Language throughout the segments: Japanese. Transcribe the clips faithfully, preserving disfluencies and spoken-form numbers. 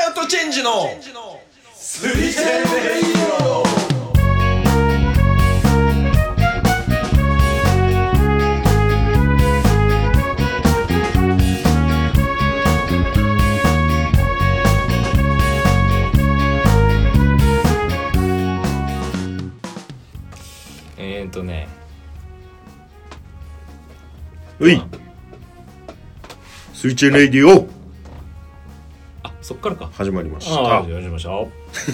ートチェンジのスリセンレイド。 えーとねういスイッチレディオあ、そっからか始まりましあた。 あ、始まりましたよ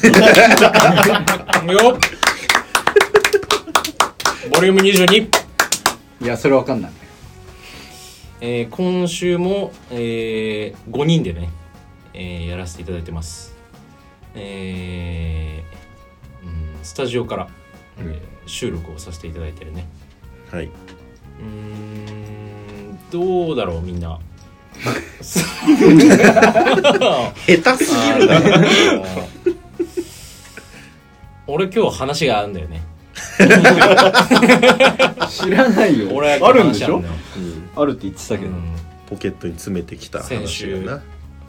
ボリュームにじゅうに。 いや、それわかんない。 えー、今週も、えー、ごにんでね、えー、やらせていただいてます。えー、うん、スタジオから、えー、収録をさせていただいてるね。 はい。 うーん、どうだろうみんな。 下手すぎるな。 俺今日話があるんだよね。 知らないよ。 俺あるんでしょ、 うん、 あるって言ってたけど、 うん、 ポケットに詰めてきた話だな。 先週、うん、 なんだな。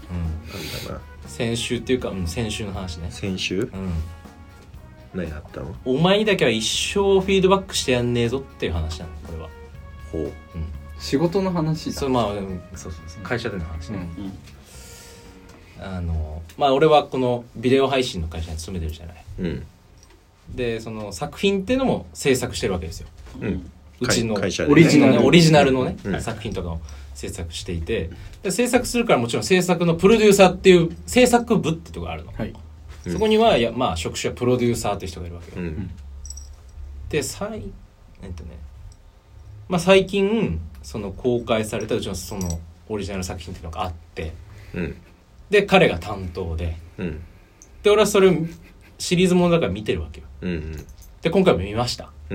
先週っていうか、うん、先週の話ね。 先週、 うん、 何やったの？ お前にだけは一生フィードバックしてやんねえぞっていう話なのこれは。 ほう、うん、 仕事の話だ。 そう、まあ、うん、そうそうそう、会社での話ね、 うん、 あのまあ俺はこのビデオ配信の会社に勤めてるじゃない、 うん、 でその作品っていうのも制作してるわけですよ、 うん、 うちの会社で、 ね、オリジナルね、オリジナルのね、 うん、 作品とかを制作していて、で制作するからもちろん制作のプロデューサーっていう制作部ってとこがあるの、はい、そこには、いや、まあ職種はプロデューサーっていう人がいるわけよ、うん、で最えっとねまあ最近その公開されたうちのそのオリジナル作品っていうのがあって、うん、で彼が担当で、うん、で俺はそれシリーズものだから見てるわけよ、うんうん、で今回も見ました、うん、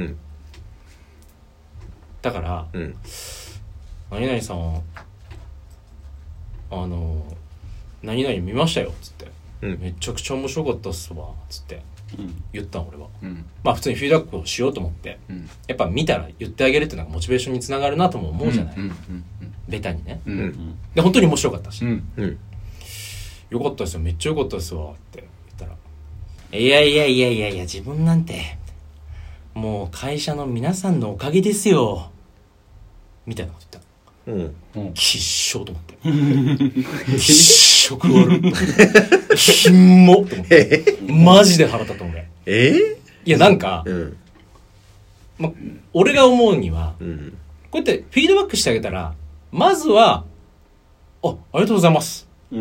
だから、うん、何々さんあの何々見ましたよっつって、うん、めちゃくちゃ面白かったっすわっつって言ったの俺は、うん、まあ普通にフィードバックをしようと思って、うん、やっぱ見たら言ってあげるっていうのがモチベーションにつながるなとも思うじゃない、うんうんうん、ベタにね、うんうん、で本当に面白かったし、うんうん、よかったですよ、めっちゃよかったですわって言ったら、いやいやいやいやいや自分なんてもう会社の皆さんのおかげですよみたいなこと言った、うん、きっしょと思ってきっしょくわるひんもと思ってマジで腹立った俺。 えー、 いやなんか、うんま、俺が思うには、うん、こうやってフィードバックしてあげたらまずはあ、ありがとうございます、うん、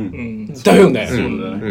だよね、うん、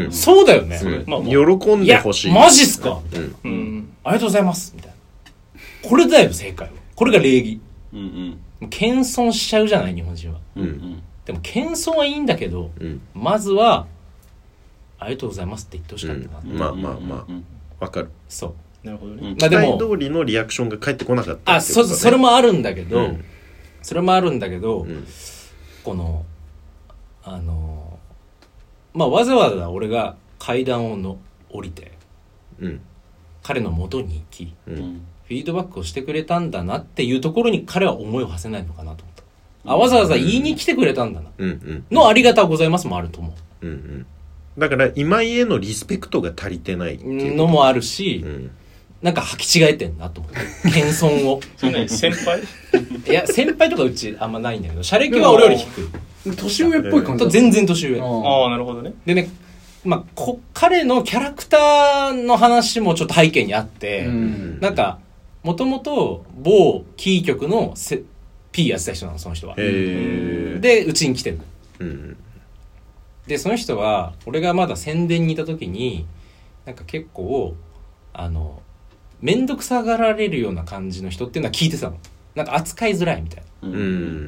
そうだよね、うんまあ、 喜んでほしい。 いやマジっすか、うんうん、ありがとうございますみたいな、これだよ正解は。これが礼儀、うんうん、謙遜しちゃうじゃない日本人は、うんうん、でも謙遜はいいんだけど、うん、まずはありがとうございますって言ってほしかったな、うん、 まあまあまあわかる。 そうなるほどね、 まあ、でも期待通りのリアクションが返ってこなかったってこと、ね、 あ、そ, それもあるんだけど、うん、それもあるんだけど、うん、このあのまあわざわざ俺が階段をの降りて、うん、彼の元に行き、うん、フィードバックをしてくれたんだなっていうところに彼は思いを馳せないのかなと思った、うん、あわざわざ言いに来てくれたんだな、うん、のありがとうございますもあると思う、うんうん、 だから今井へのリスペクトが足りてないっていうのもあるし、うん、なんか履き違えてんなと思って謙遜をそんなに先輩いや先輩とかうちあんまないんだけど、社歴は俺より低い、 年上っぽい感じ、 全然年上。 ああなるほどね。 でね、まあ、こ彼のキャラクターの話もちょっと背景にあって、うん、なんかもともと某キー局のせ P やってた人なのその人は。 へでうちに来てる、 うん、 でその人は俺がまだ宣伝にいた時になんか結構あの面倒くさがられるような感じの人っていうのは聞いてたの。なんか扱いづらいみたいな、うん、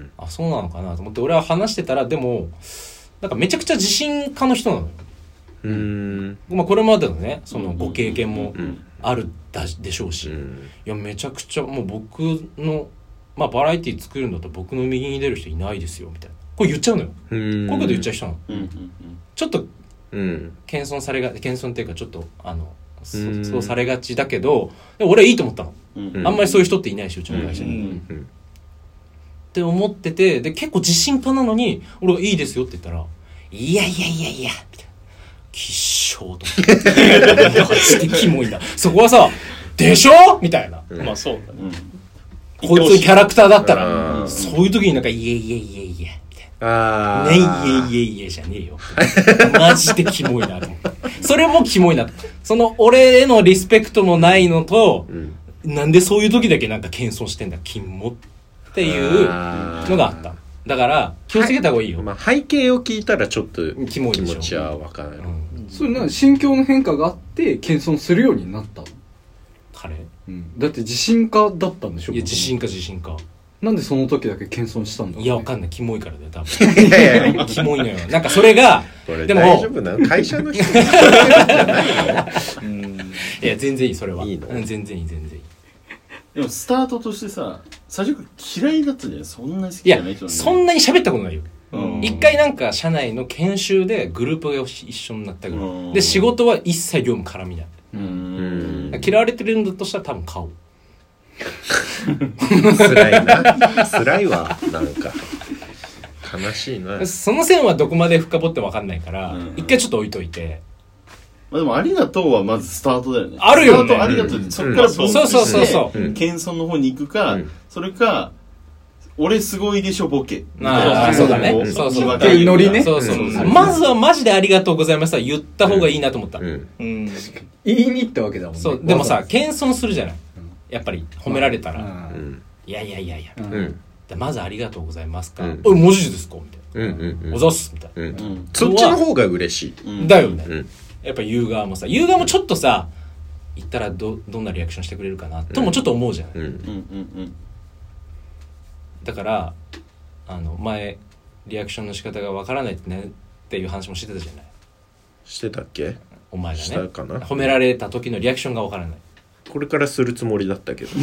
あそうなのかなと思って俺は話してたら、でもなんかめちゃくちゃ自信家の人なのよ。 うーん、 まあ、これまでのねそのご経験もあるだでしょうし、うん、いやめちゃくちゃもう僕の、まあ、バラエティ作るんだと僕の右に出る人いないですよみたいなこれ言っちゃうのよ。こういうこと言っちゃう人なの、うんうんうん、ちょっと謙遜されが謙遜っていうかちょっとあのそ う, そうされがちだけどで俺はいいと思ったの、うん、あんまりそういう人っていないしうちの会社に、うんうんうん、って思ってて、で結構自信家なのに俺がいいですよって言ったらいやいやいやいやみたいな、 きっしょーと思ってマジでキモいな。そこはさでしょみたいな、 まあそうだね、 うん、こいつキャラクターだったら、 うん、 そういう時になんかイエイエイエイエイみたいな、 あねいイエイエイエイじゃねえよマジでキモいなと思ってそれもキモいな。その俺へのリスペクトもないのと、うん、なんでそういう時だけなんか謙遜してんだキモっていうのがあった。だから気をつけた方がいいよ、 はい、まあ、背景を聞いたらちょっと気持ちは分からない、うん、 それな心境の変化があって謙遜するようになったの彼、 うん、だって自信家だったんでしょ。 いや自信家自信家なんでその時だけ謙遜したんだろう、ね、 いやわかんないキモいからだよ多分いやいやキモいのよ。なんかそれがこれでも大丈夫なの会社の人じゃないのうん、 いや全然いいそれはいいの、 うん、全然いい全然いい。 でもスタートとしてさ最初から嫌いだったじゃない。そんなに好きじゃない人、ね、 いやそんなに喋ったことないよ。 うん一回なんか社内の研修でグループが一緒になったぐらいで仕事は一切業務絡みない。うん嫌われてるんだとしたら多分顔辛いな辛いわなんか悲しいな。 その線はどこまで深掘って分かんないから、うん、一回ちょっと置いといて。 まあ、でもありがとうはまずスタートだよね。 あるよね。 スタートありがとう、うん、そっから分岐して、 そうそうそうそう、 うん、謙遜の方に行くか、うん、それか俺すごいでしょボケ。 ああそうだね。そうそう。 ノリね。 そうそう。うん、まずはマジでありがとうございますは言った方がいいなと思った。うん。うん、 言いに行ったわけだもんね。 そうでもさ謙遜するじゃない。やっぱり褒められたら、うん、いやいやいやいや。うん。まずありがとうございますか。うん、おマジですかみたいな。うんうんうん。おざっすみたいな。うん。 そっちの方が嬉しい。だよね。うん。やっぱ言う側もさ言う側もちょっとさ言ったらどどんなリアクションしてくれるかなともちょっと思うじゃない。うんうんうんうん。だからあの前リアクションの仕方がわからないってねっていう話もしてたじゃない。 してたっけ？ お前がねしたかな。 褒められた時のリアクションがわからない。 これからするつもりだったけど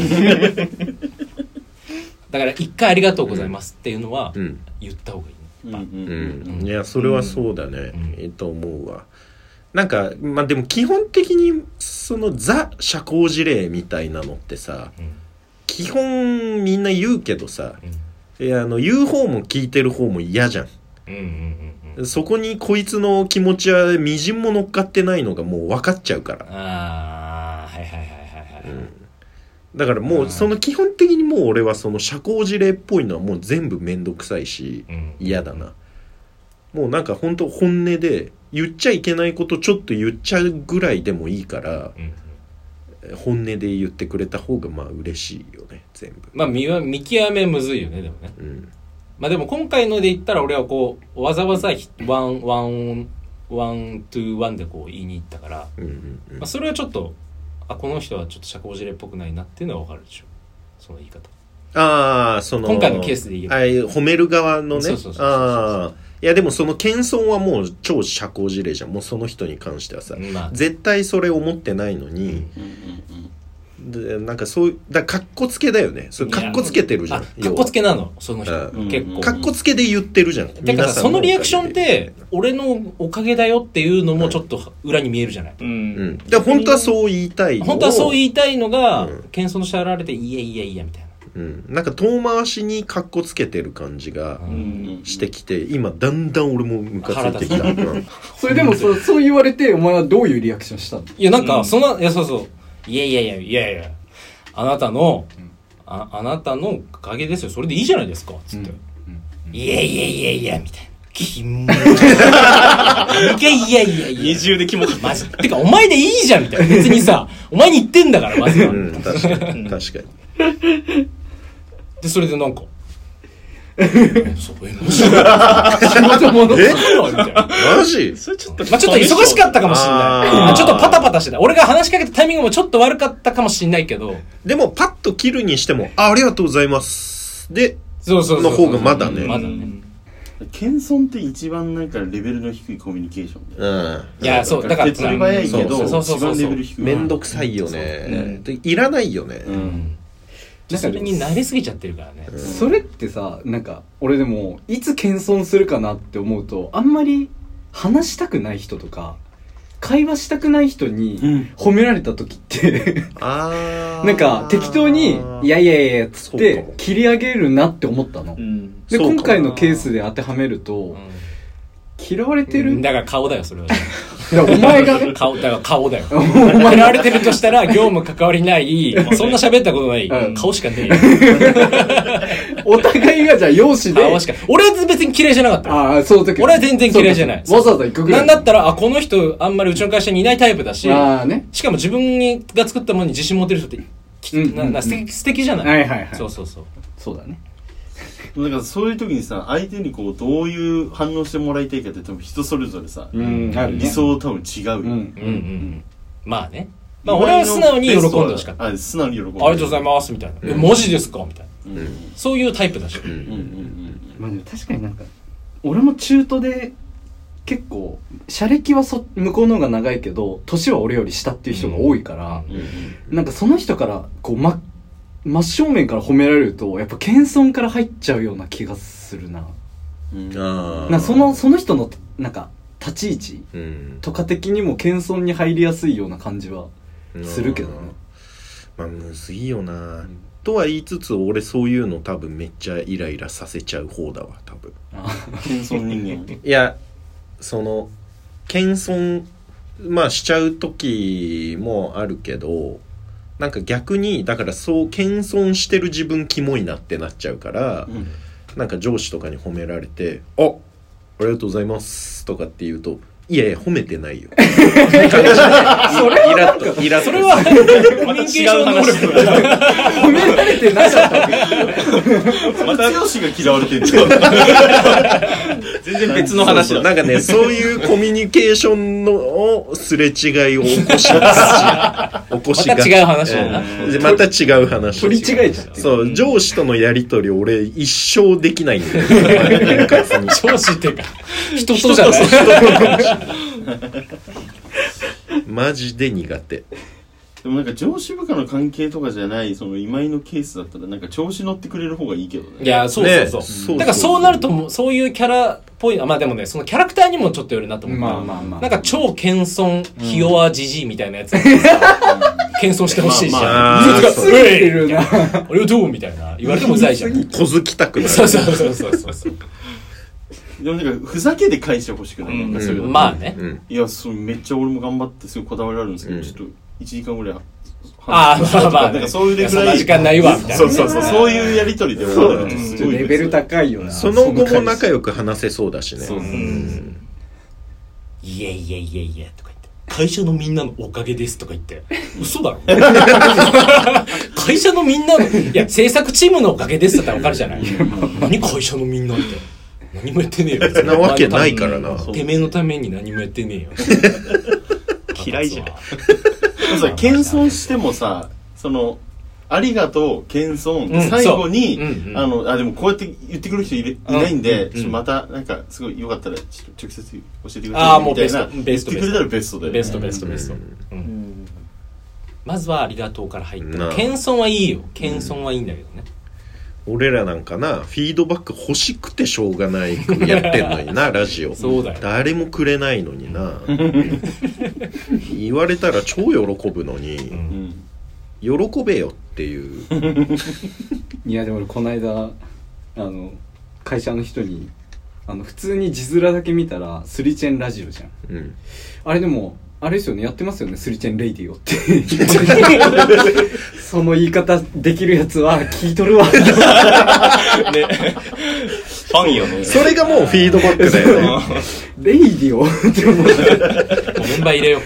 だから一回ありがとうございますっていうのは言った方がいい、ねうんうんうん、いやそれはそうだね、うん、いいと思うわ。なんかまあでも基本的にそのザ社交辞令みたいなのってさ、うん、基本みんな言うけどさ、うん、いやあの言う方も聞いてる方も嫌じゃん、うんうんうん、そこにこいつの気持ちはみじんも乗っかってないのがもう分かっちゃうから。 ああはいはいはいはいはい、 うん、だからもうその基本的にもう俺はその社交辞令っぽいのはもう全部めんどくさいし嫌だな。もうなんか本当本音で言っちゃいけないことちょっと言っちゃうぐらいでもいいから、うん、本音で言ってくれた方がまあ嬉しいよね全部。 まあ 見, 見極めむずいよねでもね、うん、まあでも今回ので言ったら俺はこうわざわざワンワンワントゥーワンでこう言いに行ったから、うんうんうんまあ、それはちょっとあこの人はちょっと社交辞令っぽくないなっていうのは分かるでしょその言い方。 ああその今回のケースで言えばあ褒める側のね。 そうそうそうそうそうああいやでもその謙遜はもう超社交辞令じゃん。もうその人に関してはさ、まあ、絶対それ思ってないのに、うん、でなんかそういうだからカッコつけだよね。それカッコつけてるじゃん。 カッコつけなのその人、うん、結構カッコつけで言ってるじゃん。 だからさそのリアクションって俺のおかげだよっていうのもちょっと裏に見えるじゃない、うんうん、 で本当はそう言いたいの本当はそう言いたいのが、うん、謙遜してられていやいやいやみたいなうん、なんか遠回しにカッコつけてる感じがしてきて、うん、今だんだん俺もムカついてきた、うん、 それでもそそう言われてお前はどういうリアクションしたの？ いやなんかその、うん、いやそうそういやいやいやいやいやあなたの、うん、あ, あなたのおかげですよそれでいいじゃないですかつって、うんうん、いやいやいやいやみたいなキモいいやいやいやいや二重でキモかったマジてかお前でいいじゃんみたいな別にさお前に言ってんだからまずは、 うん、確かに確かにでそれでなんかそうえマジそれちょっとまあちょっと忙しかったかもしれないちょっとパタパタしてた俺が話しかけたタイミングもちょっと悪かったかもしれないけどでもパッと切るにしても あ, ありがとうございますでそうそうそうの方がまだね、 うん、まだね謙遜って一番なんかレベルの低いコミュニケーションで、 うん、いやそうだから手っ取り早いけど一番レベル低いめんどくさいよね、うん、いらないよね、うんそれに慣れすぎちゃってるからね、 うん、それってさなんか俺でもいつ謙遜するかなって思うとあんまり話したくない人とか会話したくない人に褒められた時って、うん、あなんか適当にいやいやいやっつって切り上げるなって思ったの、うん、で今回のケースで当てはめると、うん、嫌われてる、 だから顔だよそれはいやお前がね顔だから顔だよ褒められてるとしたら業務関わりないそんな喋ったことない、うん、顔しかねえよお互いがじゃあ容姿で顔しか俺は別に嫌いじゃなかったよ。 ああ、その時俺は全然嫌いじゃない。 わざわざ行くぐらい。 なんだったら、あ、この人あんまりうちの会社にいないタイプだし、 あ、ね、 しかも自分が作ったものに自信持てる人って、うんうんうん、なな素敵、素敵じゃない。 はいはいはい。 そうそうそう。 そうだね。 だからそういう時にさ、相手にこうどういう反応してもらいたいかって多分人それぞれさ、 うん、あるね、 理想多分違うよ。うんうんうん。まあね。まあ俺は素直に喜んでほしかった。 あ、素直に喜んで。 ありがとうございますみたいな。え、マジですかみたいな。 うん、 そういうタイプだし。 うんうんうん。まあでも確かになんか俺も中途で結構社歴はそ向こうの方が長いけど年は俺より下っていう人が多いから、うんうんうん、なんかその人からこう真真正面から褒められるとやっぱ謙遜から入っちゃうような気がするな。 うん、あなそのその人のなんか立ち位置とか的にも謙遜に入りやすいような感じはするけどね。 まあむずいよな、うん、とは言いつつ俺そういうの多分めっちゃイライラさせちゃう方だわ多分。 謙遜人間。 いやその謙遜まあしちゃう時もあるけどなんか逆にだからそう謙遜してる自分キモいなってなっちゃうから、うん、なんか上司とかに褒められてあ、ありがとうございますとかって言うといやいや褒めてないよそれはイラッとイラッとそれはコミュニケーション能力褒められてなかったまた剛が嫌われてんじゃん全然別の話だ。 なんかねそういうコミュニケーションのすれ違いを起こしがち起こしがちまた違う話だな、 うん、また違う話取り違えちゃってそう上司とのやり取り俺一生できないんだよ上司っていうか人とじゃないマジで苦手。 でもなんか上司部下の関係とかじゃないその今井のケースだったらなんか調子乗ってくれる方がいいけどね。 いやそうそうそう、ね、そうだからそうなるともうそういうキャラっぽいまあでもねそのキャラクターにもちょっとよるなと思う。 まあまあまあなんか超謙遜ひ弱じじいみたいなやつ謙遜してほしいし、 まあまあ、 ついてるなありがとうみたいな言われてもうざいじゃん。 小づきたくなる。 そうそうそうそうそうそうでもなんかふざけで返してほしくない、うん、なんかそういうの、 うん、まあね、 うん、いやそうめっちゃ俺も頑張ってすごいこだわりあるんですけど、うん、ちょっといちじかんぐらいああまあまあ、ね、 なんかそういうレベルそんな時間ないわみたいなそうそうそうそういうやり取りで終わるとすごいレベル高いよな。 その後も仲良く話せそうだしね。そう、うん、 いやいやいやいやとか言って会社のみんなのおかげですとか言って嘘だろ会社のみんなのいや制作チームのおかげですだったら分かるじゃない何会社のみんなって何もやってねえよ。 そんなわけないからな。 てめえのために何もやってねえよ。 嫌いじゃん。 謙遜してもさ、そのありがとう謙遜、うん、最後に、うんうん、あのあでもこうやって言ってくる人い, るいないんで、うんうん、ちょっとまたなんかすごいよかったらちょっと直接教えてくださいみたいな言ってくれたらベストだよね。 ベストベストベスト。うんうん、まずはありがとうから入って。謙遜はいいよ。謙遜はいいんだけどね。 俺らなんかなフィードバック欲しくてしょうがないやってんのになラジオそうだよ誰もくれないのにな言われたら超喜ぶのに、うん、喜べよっていういやでも俺この間あの会社の人にあの普通に字面だけ見たらスリチェンラジオじゃん、うん、あれでもあれですよねやってますよねスリチェンレイディオってその言い方できるやつは聞いとるわね、ファンよね。 それがもうフィードバックだよねレイディオって思ったメンバー入れよ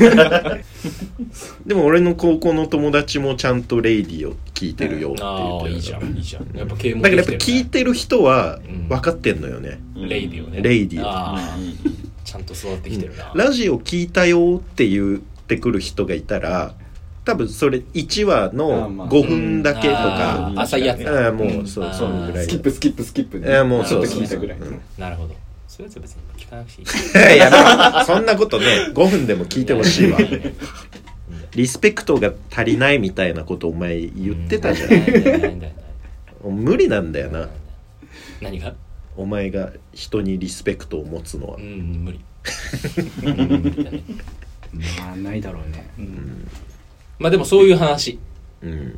でも俺の高校の友達もちゃんとレイディオ聞いてるよって言ってる、 ああいいじゃんいいじゃんやっぱ啓蒙だからやっぱ聞いてる人は分かってんのよね、 うん、レイディオねレイディオあちゃんと育ってきてるな、 うん、ラジオ聞いたよって言ってくる人がいたら多分それいちわのごふんだけとか、 うん、浅いやつああもう、うん、そうそのぐらいスキップスキップスキップで、ね、もうちょっと聞いたぐらい、 うん、なるほどそういうやつは別に聞かなくていいいやそんなことねごふんでも聞いてほしいわリスペクトが足りないみたいなことお前言ってたじゃん無理なんだよな何がお前が人にリスペクトを持つのは、 うん、無理まあないだろうね、うん、 まあでもそういう話、 うんうんうん、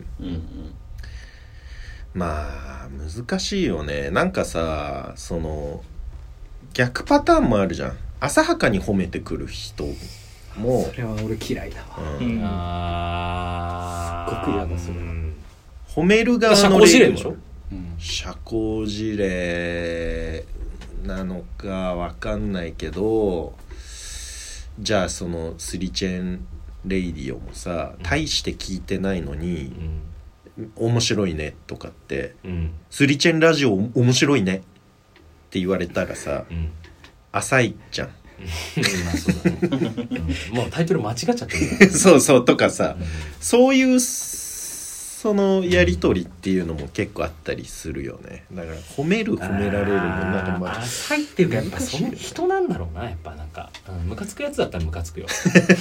まあ難しいよねなんかさその逆パターンもあるじゃん浅はかに褒めてくる人もそれは俺嫌いだわ、 うん、 あすっごく嫌だそれ、 うん、 褒める側の社交辞令でしょ、 うん、 社交辞令なのかわかんないけど、じゃあそのスリチェンレイディオもさ、大して聞いてないのに、うん、面白いねとかって、うん、スリチェンラジオ面白いねって言われたらさ、うん、浅いじゃんまあそうだねうん、もうタイトル間違っちゃってるからそうそうとかさ、うん、そういうそのやり取りっていうのも結構あったりするよね。だから褒める褒められるもなんかまあ浅いっていうかやっぱその人なんだろうな、やっぱなんか、うん、ムカつくやつだったらムカつくよ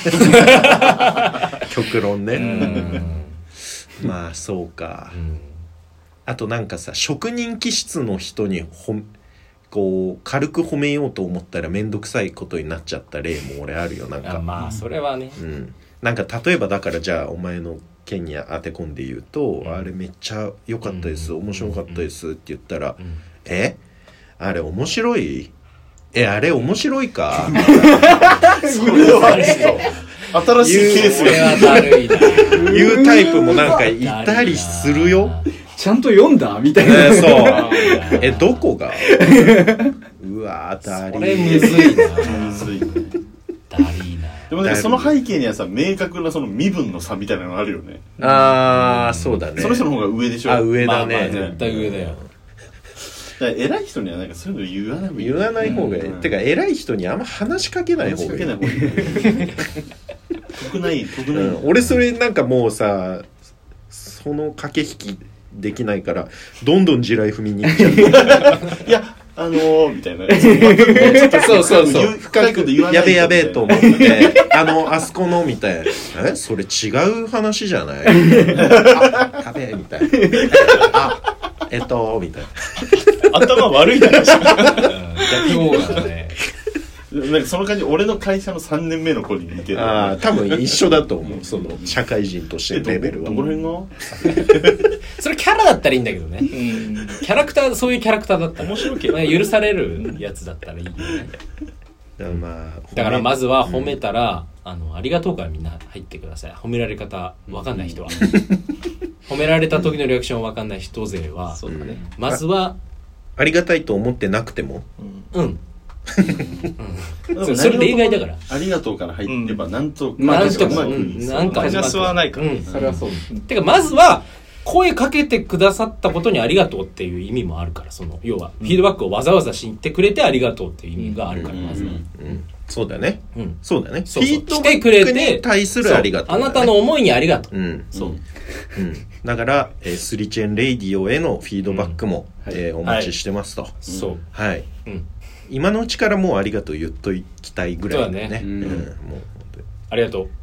極論ねうんまあそうか、うん、あとなんかさ職人気質の人にほこう軽く褒めようと思ったら面倒くさいことになっちゃった例も俺あるよ。なんかあまあそれはね、 うん、なんか例えばだからじゃあお前の件に当て込んで言うと、うん、あれめっちゃ良かったです、うん、面白かったですって言ったら、うん、えあれ面白いえあれ面白いかそれは新しいケースが言うタイプもなんかいたりするよ。 ちゃんと読んだみたいな、 えー、そうえどこがうわーだりーそれむずいなむずいねだりーな。 でもなんかその背景にはさ明確なその身分の差みたいなのあるよね。 ああそうだね。 その人の方が上でしょ。 あ上だね、 まあ、まあ絶対上だよ。だから偉い人にはなんかそういうの言わない方がいい。 言わない方がいい、うん、てか偉い人にあんま話しかけない方がいい。話しかけない方がいい得ない得ない、うん、俺それなんかもうさその駆け引きできないからどんどん地雷踏みに行っちゃういやあのー、みたいなそうそうそう深くやべやべと思ってあのあそこのみたいなえそれ違う話じゃないあやべみたいなあえっとみたいな頭悪いだろ逆方がねなんかその感じ俺の会社のさんねんめの子に似てる。 ああ多分一緒だと思うその社会人としてレベルはどこら辺がそれキャラだったらいいんだけどね、うん、キャラクターそういうキャラクターだったら面白いけど許されるやつだったらいいよねだから、まあ、 だからまずは褒めたら、うん、あのありがとうからみんな入ってください。褒められ方わかんない人は、うん、褒められた時のリアクションわかんない人勢は、うん、まずはあ, ありがたいと思ってなくてもうん、うんうん、それ例外だからありがとうから入ってばなんとか、 うん、なんとか、 うん、 なんかマイナスはないから、うん、 それはそう、うん、 てかまずは声かけてくださったことにありがとうっていう意味もあるから、その要はフィードバックをわざわざ知ってくれてありがとうっていう意味があるから、まずは、 うんうん、そうだね、うん、そうだね。 そうそうフィードバックに対するありがとう、ね、 あなたの思いにありがとう、 うん、そう、うん、だから、えー、スリチェンレイディオへのフィードバックも、うんえー、お待ちしてますと、はい、 そうはい、うん今のうちからもうありがとう言っときたいぐらいだね。 そうだね。うん、 もう本当にありがとう。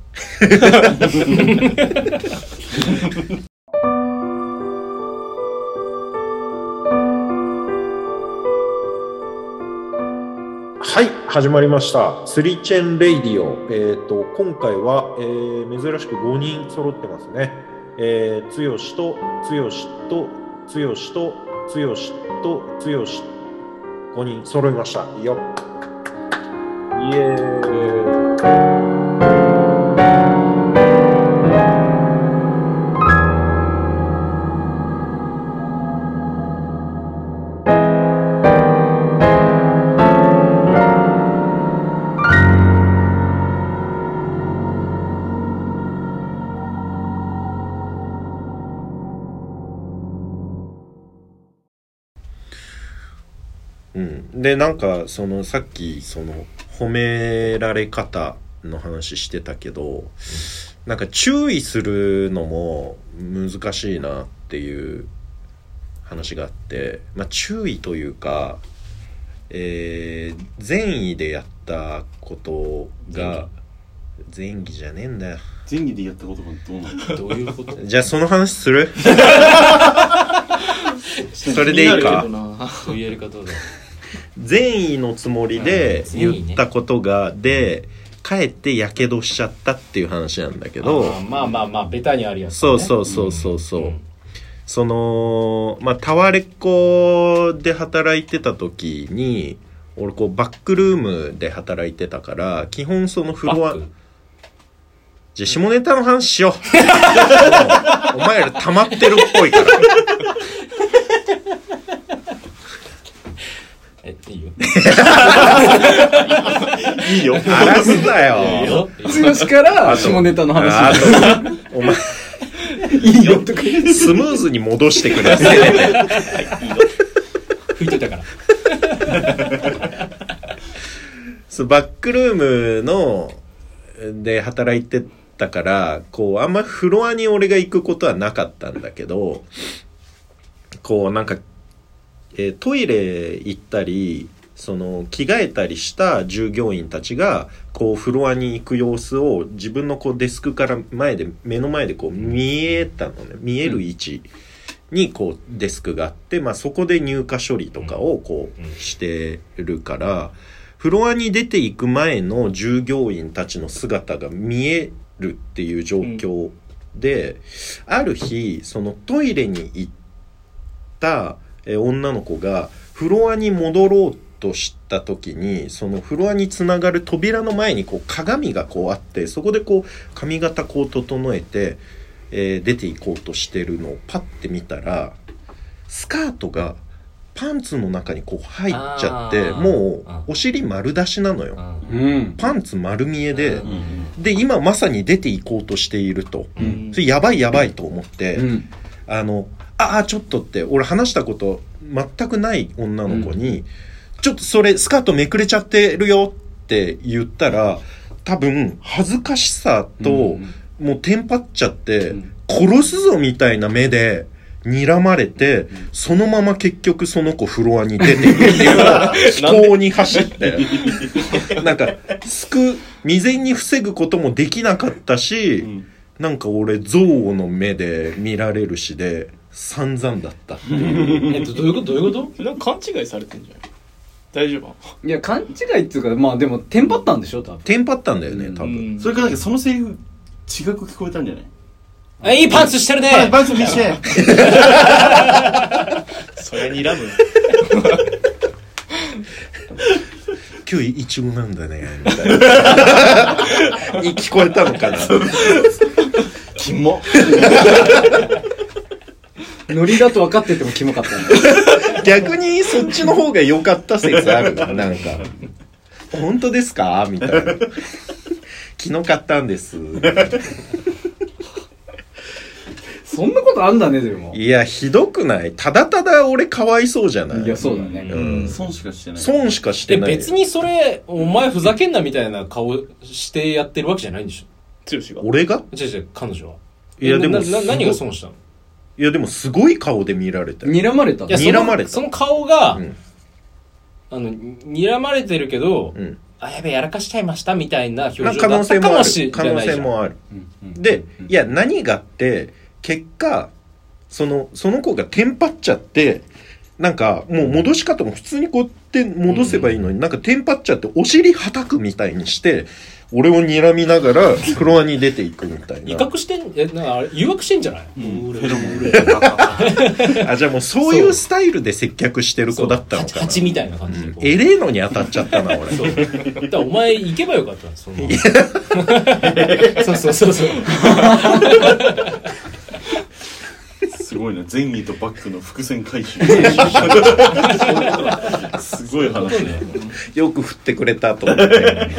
はい、始まりました。スリチェンレイディオ。えっと今回は、えー、珍しくごにん揃ってますね。えー、つよしとつよしとつよしとつよしとつよしごにん揃いました。いいよ。イエーイ。うん、でなんかそのさっきその褒められ方の話してたけど、うん、なんか注意するのも難しいなっていう話があって、まあ、注意というか、えー、善意でやったことが善意じゃねえんだよ。 善意でやったことがどうなの？どういうこと？ じゃあその話する？それでいいか？ そういうやり方だ。 善意のつもりで言ったことが、ね、でかえってやけどしちゃったっていう話なんだけど、 あまあまあまあベタにあるやつ、ね、 そうそうそうそうそう、うん、そのまあタワレコで働いてた時に俺こうバックルームで働いてたから基本そのフロアじゃあ下ネタの話しようお前ら溜まってるっぽいからえいいよいいよ荒らすなよ剛から下ネタの話あとお前いいよとかスムーズに戻してください拭いといたからそうバックルームので働いてたからこうあんまフロアに俺が行くことはなかったんだけどこうなんか、えー、トイレ行ったりその着替えたりした従業員たちがこうフロアに行く様子を自分のこうデスクから前で目の前でこう見えたのね見える位置にこうデスクがあって、まあ、そこで入荷処理とかをこうしてるからフロアに出ていく前の従業員たちの姿が見えるっていう状況で、うん、ある日そのトイレに行った女の子がフロアに戻ろうとした時にそのフロアにつながる扉の前にこう鏡がこうあってそこでこう髪型こう整えて、えー、出ていこうとしてるのをパッて見たらスカートがパンツの中にこう入っちゃってもうお尻丸出しなのよ、うん、パンツ丸見えで、うん、で今まさに出ていこうとしていると、うん、それやばいやばいと思って、うん、あのああちょっとって俺話したこと全くない女の子に、うん、ちょっとそれスカートめくれちゃってるよって言ったら多分恥ずかしさと、うん、もうテンパっちゃって、うん、殺すぞみたいな目で睨まれて、うん、そのまま結局その子フロアに出て行っていう飛行に走ってなんか救未然に防ぐこともできなかったし、うん、なんか俺憎悪の目で見られるしで散々だったっていうえっとどういうことどういうことなんか勘違いされてんじゃん大丈夫いや勘違いっていうかまあでもテンパったんでしょ多分テンパったんだよね多分、 うん、それからなんかそのセリフ違く聞こえたんじゃないあいいパンツしてるねパンツ見してそれにらむ今日イチゴなんだねみたいなに聞こえたのかなキモノリだと分かっててもキモかったんだ逆にそっちの方が良かった説あるなんか本当ですかみたいな昨日買ったんですそんなことあんだねでもいやひどくないただただ俺かわいそうじゃないいやそうだね、 うん、損しかしてない損しかしてない別にそれお前ふざけんなみたいな顔してやってるわけじゃないんでしょ剛が俺が違う違う彼女はいやでもな何が損したのいやでもすごい顔で見られた睨まれたいや睨まれたその顔が、 うん、 あの睨まれてるけど、うん、あやべえやらかしちゃいましたみたいな表情だったかもしれないじゃん可能性もある、うんうん、でいや何がって結果そのその子がテンパっちゃってなんかもう戻し方も普通にこうやって戻せばいいのに、うん、なんかテンパっちゃってお尻はたくみたいにして俺を睨みながらフロアに出ていくみたいな威嚇してんえなんかあれ誘惑してんじゃない、うん、 フェロモン売れあじゃあもうそういうスタイルで接客してる子だったのかな蜂みたいな感じでこう、 うん、エレーノに当たっちゃったな俺そうだからお前行けばよかったそのそうそうそうそうすごいな前儀とバックの伏線回収すごい話ねよく振ってくれたと思って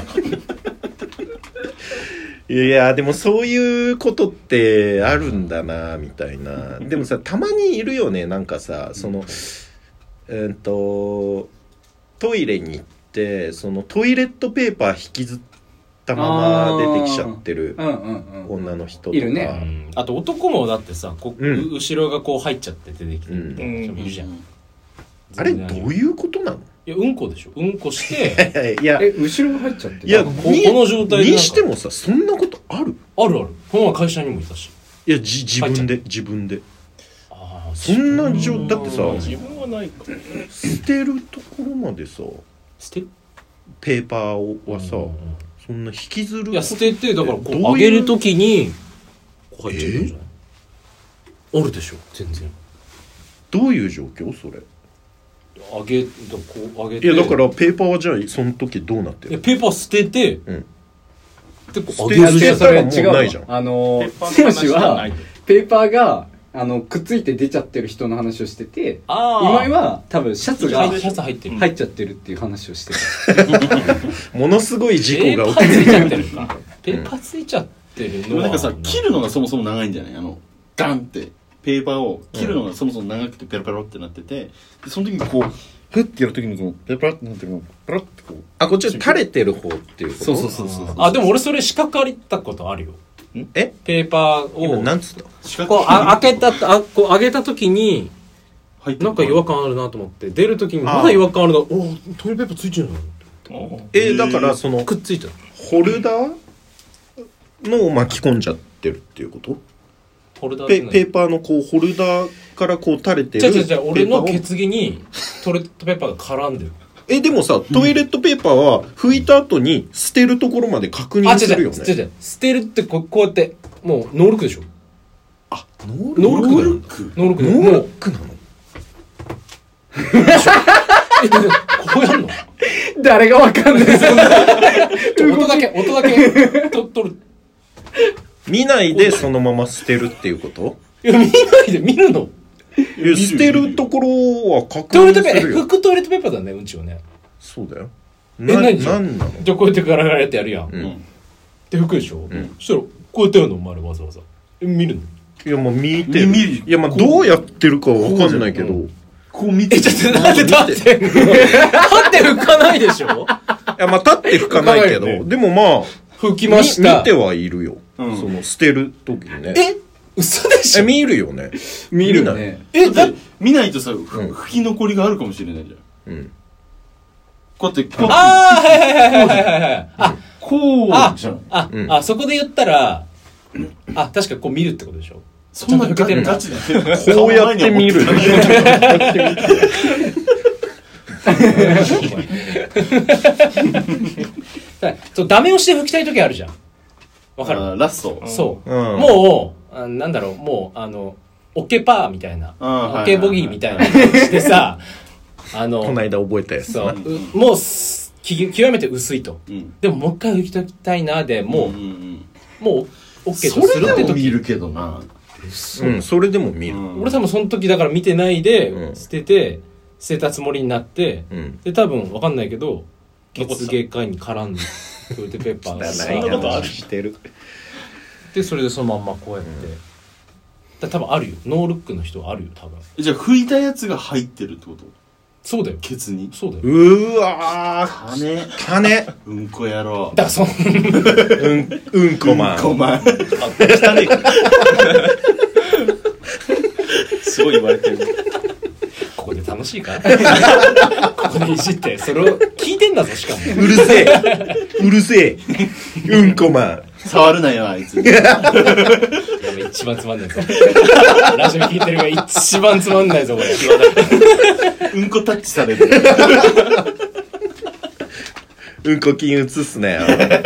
いやでもそういうことってあるんだなみたいなでもさたまにいるよねなんかさそのえー、っとトイレに行ってそのトイレットペーパー引きずったまま出てきちゃってる女の人とか、 いるね、 うん、あと男もだってさこ、うん、後ろがこう入っちゃって出てきてる人もいるじゃん、うん、 あれどういうことなのいやうんこでしょうんこしていやえ後ろが入っちゃっていやこ, この状態でにしてもさそんなことあるあるあるこの前会社にもいたしいやじ自分で自分であそんな状だってさ自分はないか捨てるところまでさ捨てるペーパーはさ、うんうん、そんな引きずるいや捨ててだからこう上げるときにこう入っちゃったんじゃない、えー、あるでしょ全然どういう状況それあげこうあげていやだからペーパーはじゃあその時どうなってる？ いやペーパー捨てて、うん、 でこうあげる捨てそれ違うないじゃん。 あの剛はペーパーがあのくっついて出ちゃってる人の話をしてて、今井は多分シャツがシャツ入ってる入っちゃってるっていう話をしてるものすごい事故が起きてる。ペーパーついちゃってるかペーパーついちゃってるのはなんかさ切るのがそもそも長いんじゃない？あのガンってペーパーを切るのがそもそも長くてペロペロってなってて、でその時にこうフッてやる時にこうペロペロってなってこうペロってこうあこっちは垂れてる方っていうこと？ そうそうそうそうあでも俺それ四角借りたことあるよ。 えペーパーを今なんつった？ こうあ開けたあこう上げた時になんか違和感あるなと思って出る時にまだ違和感あるな、おトイレペーパーついてるの？ えだからそのくっついちゃうホルダーのを巻き込んじゃってるっていうこと？ ホルダーペペーパーのこうホルダーからこう垂れてる違う違う違う俺の血着にトイレットペーパーが絡んでる。 えでもさトイレットペーパーは拭いた後に捨てるところまで確認するよね。 あ違う違う違う捨てるってこうこうやってもうノールックでしょ。 あノールックノールックノールックなの？ えこうやんの？ 誰がわかんないそんな音だけ音だけと取る。 見ないでそのまま捨てるっていうこと？ いや見ないで見るの？ 捨てるところは確トイレットペーパー認するよ。 拭くトイレットペーパーだねうんちをね。 そうだよ。 え何なんなの？ じゃあこうやってガラガラやってやるやん、うん、で拭くでしょ、うん、そしたらこうやってやるのお前らわざわざえ見るの？ いやまあ見てる。いやまあどうやってるかは分かんないけどこう見てえちょっとなんで立って立って拭かないでしょ？いやまあ立って拭かないけど、ね、でもまあ拭きました。 見てはいるよ、うん、その捨てる時にね。 え嘘でしょ？ え見るよね。 見るね。 えだ見ないとさ、うん、拭き残りがあるかもしれないじゃん。うんこうやってこうああはいはいはいはいはいはいあこうああ、うん、あそこで言ったらあ確かこう見るってことでしょ？ そんなガチガチでこうやって見るそうダメ押しで拭きたい時あるじゃん。わかる？ ラストそう、うん、もうあなんだろうもうあのオケパーみたいなオケボギーみたいな感じでさあのこの間覚えたやつそうもう極めて薄いと、うん、でももう一回拭きときたいなでもう、うんうんうん、もう OK とするって時それでも見るけどなうん、それでも見る、 うん、俺多分その時だから見てないで、うん、捨てて捨てたつもりになって、うん、で多分分かんないけど血芸会に絡んでトイレットペーパーがそんなことあるしてるでそれでそのまんまこうやって、うん、だ多分あるよノールックの人はあるよ多分。 じゃあ拭いたやつが入ってるってこと？ そうだよケツに。 そうだよ。 うーわー金金うんこ野郎だからそんうんうんこマンうんこマン汚ねえすごい言われてる。 ここで楽しいかここでいじってそれを聞いてんだぞしかもうるせえうるせえうんこマン触るなよあいつ一番つまんないぞラジオ聞いてるが一番つまんないぞこれうんこタッチされるうんこ金移すなよ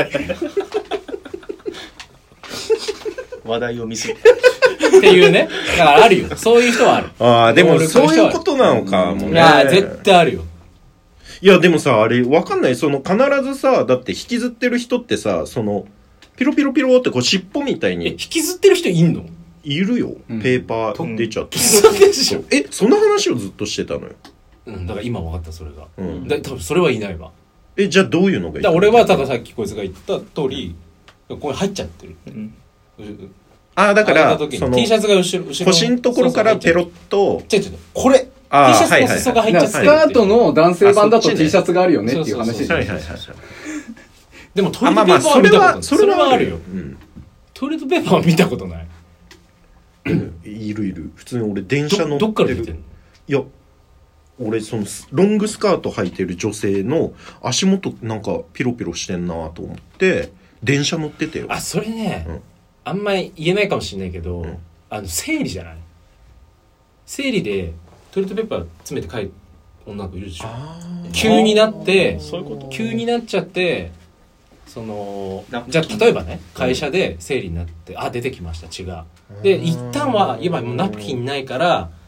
話題を見せっていうねだからあるよそういう人はある。 ああでもそういうことなのかもね。 いや絶対あるよ。 いやでもさあれわかんないその必ずさだって引きずってる人ってさそのピロピロピロってこう尻尾みたいに引きずってる人いんの？ いるよ、うん、ペーパー出ちゃって、 うん、でしょえその話をずっとしてたのよ。 うんだから今分かったそれが、うん、だ多分それはいないわ。 えじゃあどういうのがいい？ だ俺はたださっきこいつが言った通りここに入っちゃってる、うんああだからその T シャツが後ろ後ろ腰のところからペロッと違う違うこれ T シャツの裾が入っちゃってる、 スカートの男性版だと T シャツがあるよねっていう話です。 はいはいはいでもトイレットペーパーは見たことない。 それはあるよ、うん、トイレットペーパーは見たことないいるいる普通に俺電車乗ってるど, どっから見てんの？ いや俺そのロングスカート履いてる女性の足元なんかピロピロしてんなと思って電車乗っててよ。 あそれね、うんあんまり言えないかもしれないけど、うん、あの生理じゃない生理でトイレットペーパー詰めて帰る女の子いるでしょ。急になってそういうこと急になっちゃってそのじゃあ例えばね会社で生理になってあ出てきました血がで一旦は今もうナプキンないから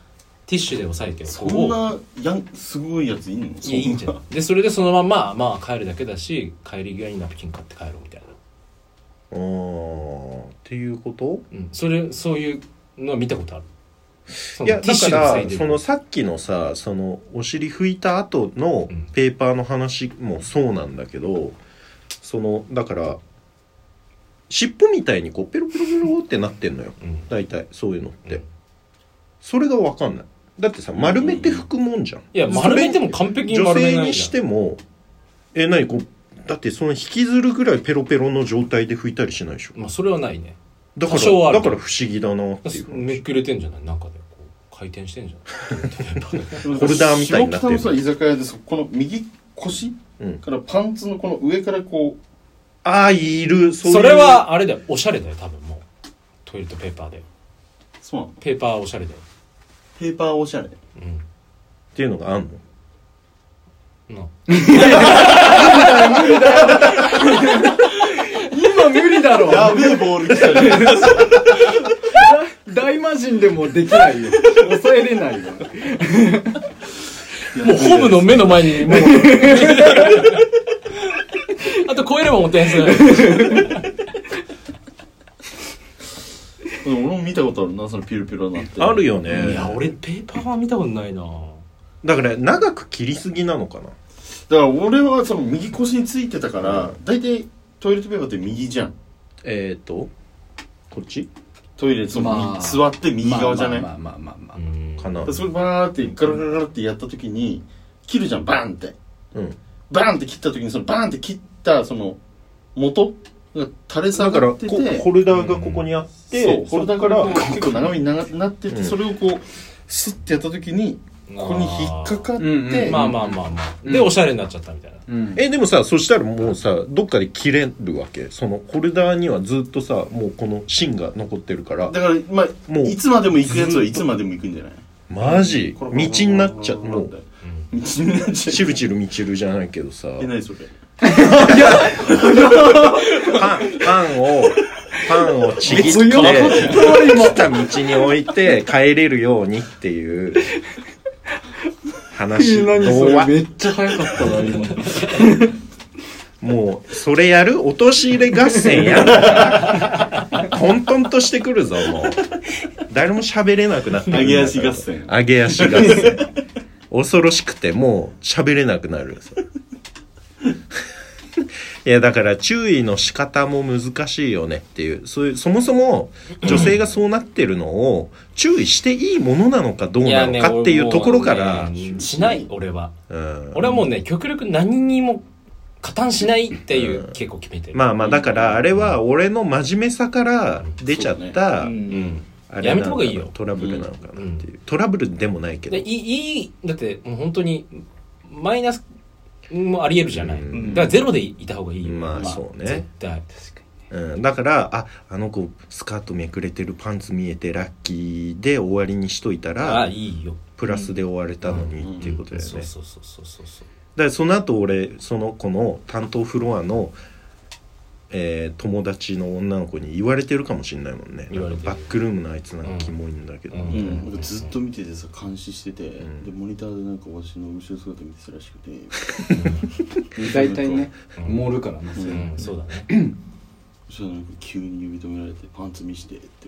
ティッシュで押さえてそんなやんすごいやついんの？ いやいいんじゃん。でそれでそのまままあ帰るだけだし、帰り際にナプキン買って帰ろうみたいな。 あーっていうこと？ うん、それそういうのは見たことある。 いやだからそのさっきのさ、そのお尻拭いた後のペーパーの話もそうなんだけど、うん、そのだから尻尾みたいにこうペロペロペロってなってんのよ、うん、大体そういうのって、うん、それが分かんない。だってさ丸めて拭くもんじゃん。 いや丸めても完璧に丸めないじゃん。 女性にしてもえ何こうだってその引きずるぐらいペロペロの状態で拭いたりしないでしょ。 まあそれはないね。 だからだから不思議だなっていう。 めっくれてんじゃない？なんかでこう回転してんじゃないホルダーみたいになってる。 下北のさ居酒屋でそこの右腰、うん、からパンツのこの上からこうああいる。 そういうそれはあれだよ、おしゃれだよ多分。もうトイレットペーパーで。 そうなの？ ペーパーおしゃれだよ。 ペーパーおしゃれ、うん、 っていうのがあんの？ な無理だよ今無理だろ。 やべえボール来たね大魔神でもできないよ。抑えれないよ。もうホームの目の前にもうあと超えればもう点数俺も見たことあるな、そのピルピルなって。 あるよね。 いや俺ペーパーは見たことないな。 だから長く切りすぎなのかな。だから俺はその右腰についてたから、だいたいトイレットペーパーって右じゃん。 えっとこっちトイレその、まあ、座って右側じゃない？ まあまあまあまあまあかな。 それバーってガラガラガラってやった時に切るじゃん、バーンって、うん、バーンって切った時にそのバーンって切ったその元が垂れ下がってて、 だからホルダーがここにあって、 うん、そうホルダーから結構長めになってて、うん、それをこうスッてやった時にここに引っかかって、うんうん、 まあまあまあまあで、うん、おしゃれになっちゃったみたいな、 うん、えでもさそしたらもうさどっかで切れるわけ？そのホルダーにはずっとさもうこの芯が残ってるから。 だからまあもういつまでも行くやつはいつまでも行くんじゃない？ マジ道になっちゃう。もう道になっちゃう。 チルチルミチルじゃないけどさ。 え、何それパンパンをパンをちぎって切った道に置いて帰れるようにっていう話。 何それめっちゃ早かったな今もうそれやる落とし入れ合戦やんから混沌としてくるぞ。もう誰も喋れなくなってる。 揚げ足合戦揚げ足合戦恐ろしくてもう喋れなくなるいやだから注意の仕方も難しいよねっていう、そういうそもそも女性がそうなってるのを注意していいものなのかどうなのかっていうところから、 ね、しない俺は、うん、俺はもうね極力何にも加担しないっていう、うん、結構決めてる。 まあまあだからあれは俺の真面目さから出ちゃった、うんうんあれやめた方がいいよ。 トラブルなのかなっていう、うん、トラブルでもないけどいい、いいだってもう本当にマイナスもありえるじゃない、うん、だからゼロでいた方がいいよ。 まあそうね、 絶対確かに、うん、だからああの子スカートめくれてるパンツ見えてラッキーで終わりにしといたらあいいよプラスで終われたのにっていうことだよね。 そうそうそうそうそうそう。 だからその後俺その子の担当フロアのえー、友達の女の子に言われてるかもしれないもんね。なんかバックルームのあいつなんかキモいんだけど、うんうんうん、ずっと見ててさ監視してて、うん、でモニターでなんか私の後ろ姿見てたらしくて大体ね盛るからね、 うん、そうだねそしたらなんか急に呼び止められてパンツ見してって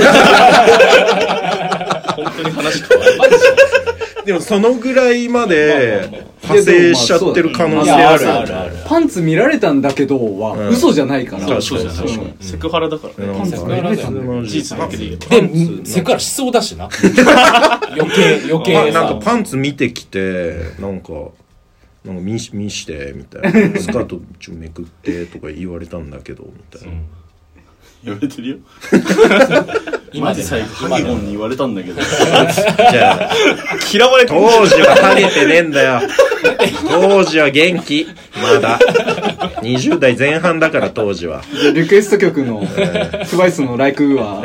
本当に話変わる。マジでもそのぐらいまで派生しちゃってる可能性あるよね。 パンツ見られたんだけどは嘘じゃないから、 うん、そうじゃない、うん、セクハラだからね、 パンツ見られたんだ事実だけで言うとでセクハラしそうだしな余計余計なんかパンツ見てきてなんかなんか見, 見してみたいなスカートちょめくってとか言われたんだけどみたいな、うん言われてるよマジ最後ハゲゴンに言われたんだけどじゃあ嫌われて当時はハゲてねえんだよ当時は元気まだにじゅう代前半だから当時はリクエスト曲のトゥワイスのライクウー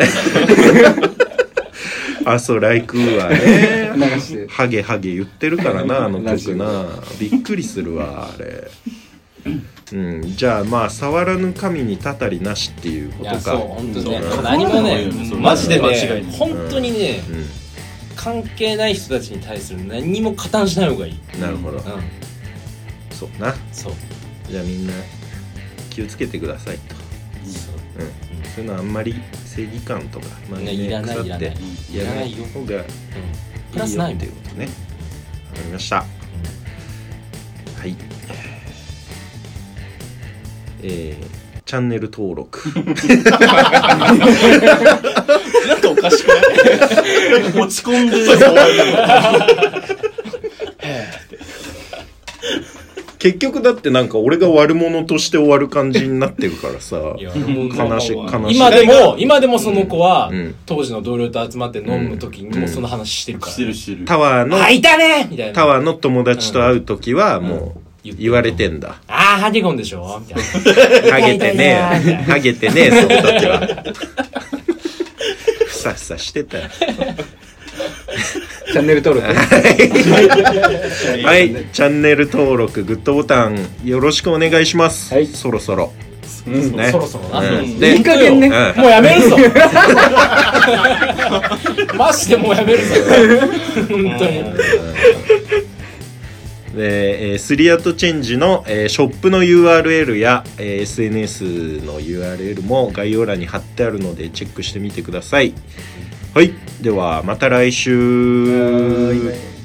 あそうライクウーはね流してハゲハゲ言ってるからなあの曲なびっくりするわあれうん、じゃあまあ触らぬ神にたたりなしっていうことか。 いやそう本当ね何もねマジでね本当にね、 関係ない人たちに対する何にも加担しない方がいい。 なるほど、 うん、 そうな。 そうじゃあみんな気をつけてくださいと。 そう、 うん、そういうのあんまり正義感とか、まあね、いらないいらないやらない方がいいよプラスないっていうことね。わかりました、うん、はい、えーチャンネル登録なんかおかしくない落ち込んでる結局だってなんか俺が悪者として終わる感じになってるからさ悲しい悲しい。 今でも今でもその子は、 うん、 当時の同僚と集まって飲む時にもその話してるから、ね、 してるしてる。 タワーのあいたねみたいな。 タワーの友達と会う時はもう、うん言われてんだ。 ああハゲゴンでしょみたいな。 ハゲてねえハゲてねえその時はふさふさしてたよ。 チャンネル登録はいチャンネル登録グッドボタンよろしくお願いします、はい、そろそろ、 うんね、そろそろな、 うん、 いい加減ね、うん、もうやめるぞマジでもうやめるぞ本当に。 で、えー、スリアットチェンジの、えー、ショップの ユーアールエル や、えー、エスエヌエス の ユーアールエル も概要欄に貼ってあるのでチェックしてみてください。はい、ではまた来週。